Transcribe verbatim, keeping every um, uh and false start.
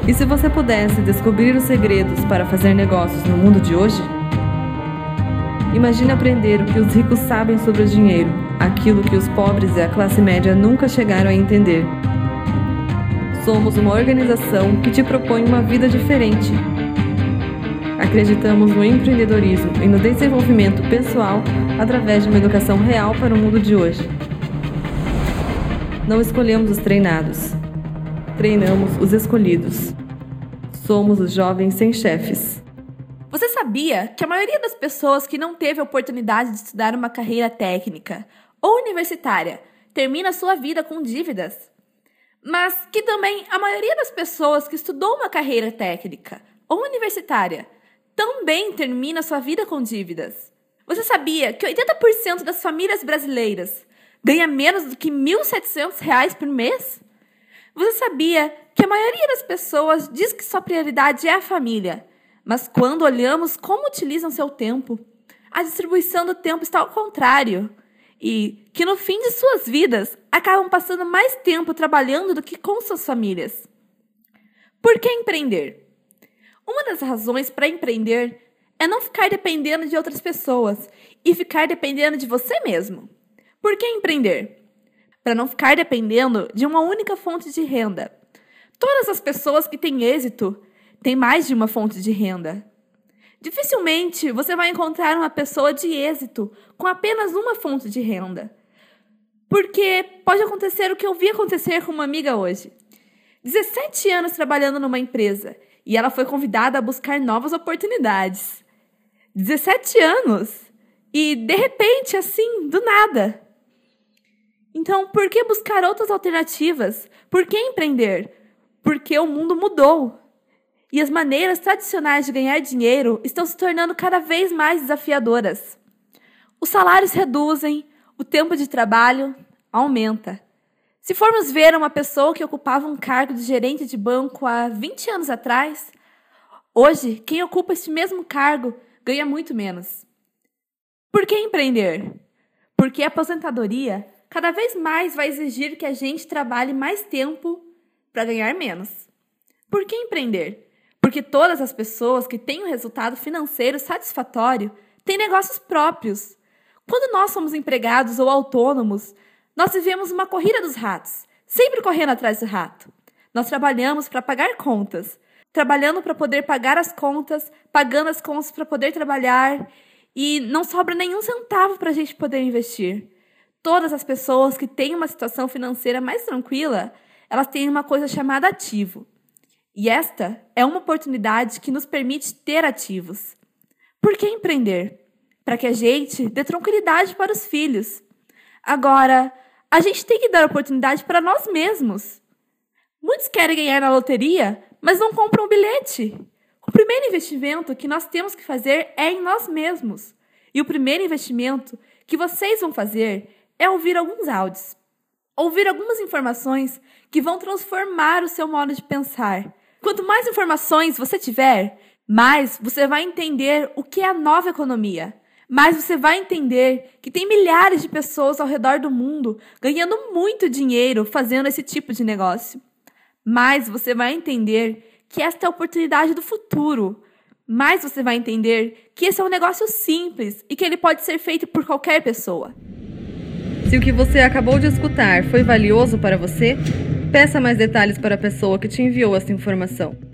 E se você pudesse descobrir os segredos para fazer negócios no mundo de hoje? Imagine aprender o que os ricos sabem sobre o dinheiro, aquilo que os pobres e a classe média nunca chegaram a entender. Somos uma organização que te propõe uma vida diferente. Acreditamos no empreendedorismo e no desenvolvimento pessoal através de uma educação real para o mundo de hoje. Não escolhemos os treinados, treinamos os escolhidos. Somos os jovens sem chefes. Você sabia que a maioria das pessoas que não teve a oportunidade de estudar uma carreira técnica ou universitária termina sua vida com dívidas? Mas que também a maioria das pessoas que estudou uma carreira técnica ou universitária também termina sua vida com dívidas? Você sabia que oitenta por cento das famílias brasileiras ganha menos do que mil e setecentos reais por mês? Você sabia que a maioria das pessoas diz que sua prioridade é a família, mas quando olhamos como utilizam seu tempo, a distribuição do tempo está ao contrário, e que no fim de suas vidas acabam passando mais tempo trabalhando do que com suas famílias? Por que empreender? Uma das razões para empreender é não ficar dependendo de outras pessoas e ficar dependendo de você mesmo. Por que empreender? Para não ficar dependendo de uma única fonte de renda. Todas as pessoas que têm êxito têm mais de uma fonte de renda. Dificilmente você vai encontrar uma pessoa de êxito com apenas uma fonte de renda. Porque pode acontecer o que eu vi acontecer com uma amiga hoje. dezessete anos trabalhando numa empresa e ela foi convidada a buscar novas oportunidades. dezessete anos! E, de repente, assim, do nada. Então, por que buscar outras alternativas? Por que empreender? Porque o mundo mudou. E as maneiras tradicionais de ganhar dinheiro estão se tornando cada vez mais desafiadoras. Os salários reduzem, o tempo de trabalho aumenta. Se formos ver uma pessoa que ocupava um cargo de gerente de banco há vinte anos atrás, hoje, quem ocupa este mesmo cargo ganha muito menos. Por que empreender? Porque a aposentadoria cada vez mais vai exigir que a gente trabalhe mais tempo para ganhar menos. Por que empreender? Porque todas as pessoas que têm um resultado financeiro satisfatório têm negócios próprios. Quando nós somos empregados ou autônomos, nós vivemos uma corrida dos ratos, sempre correndo atrás do rato. Nós trabalhamos para pagar contas, trabalhando para poder pagar as contas, pagando as contas para poder trabalhar, e não sobra nenhum centavo para a gente poder investir. Todas as pessoas que têm uma situação financeira mais tranquila, elas têm uma coisa chamada ativo. E esta é uma oportunidade que nos permite ter ativos. Por que empreender? Para que a gente dê tranquilidade para os filhos. Agora, a gente tem que dar oportunidade para nós mesmos. Muitos querem ganhar na loteria, mas não compram o bilhete. O primeiro investimento que nós temos que fazer é em nós mesmos. E o primeiro investimento que vocês vão fazer é ouvir alguns áudios. Ouvir algumas informações que vão transformar o seu modo de pensar. Quanto mais informações você tiver, mais você vai entender o que é a nova economia. Mais você vai entender que tem milhares de pessoas ao redor do mundo ganhando muito dinheiro fazendo esse tipo de negócio. Mais você vai entender que esta é a oportunidade do futuro. Mais você vai entender que esse é um negócio simples e que ele pode ser feito por qualquer pessoa. Se o que você acabou de escutar foi valioso para você, peça mais detalhes para a pessoa que te enviou essa informação.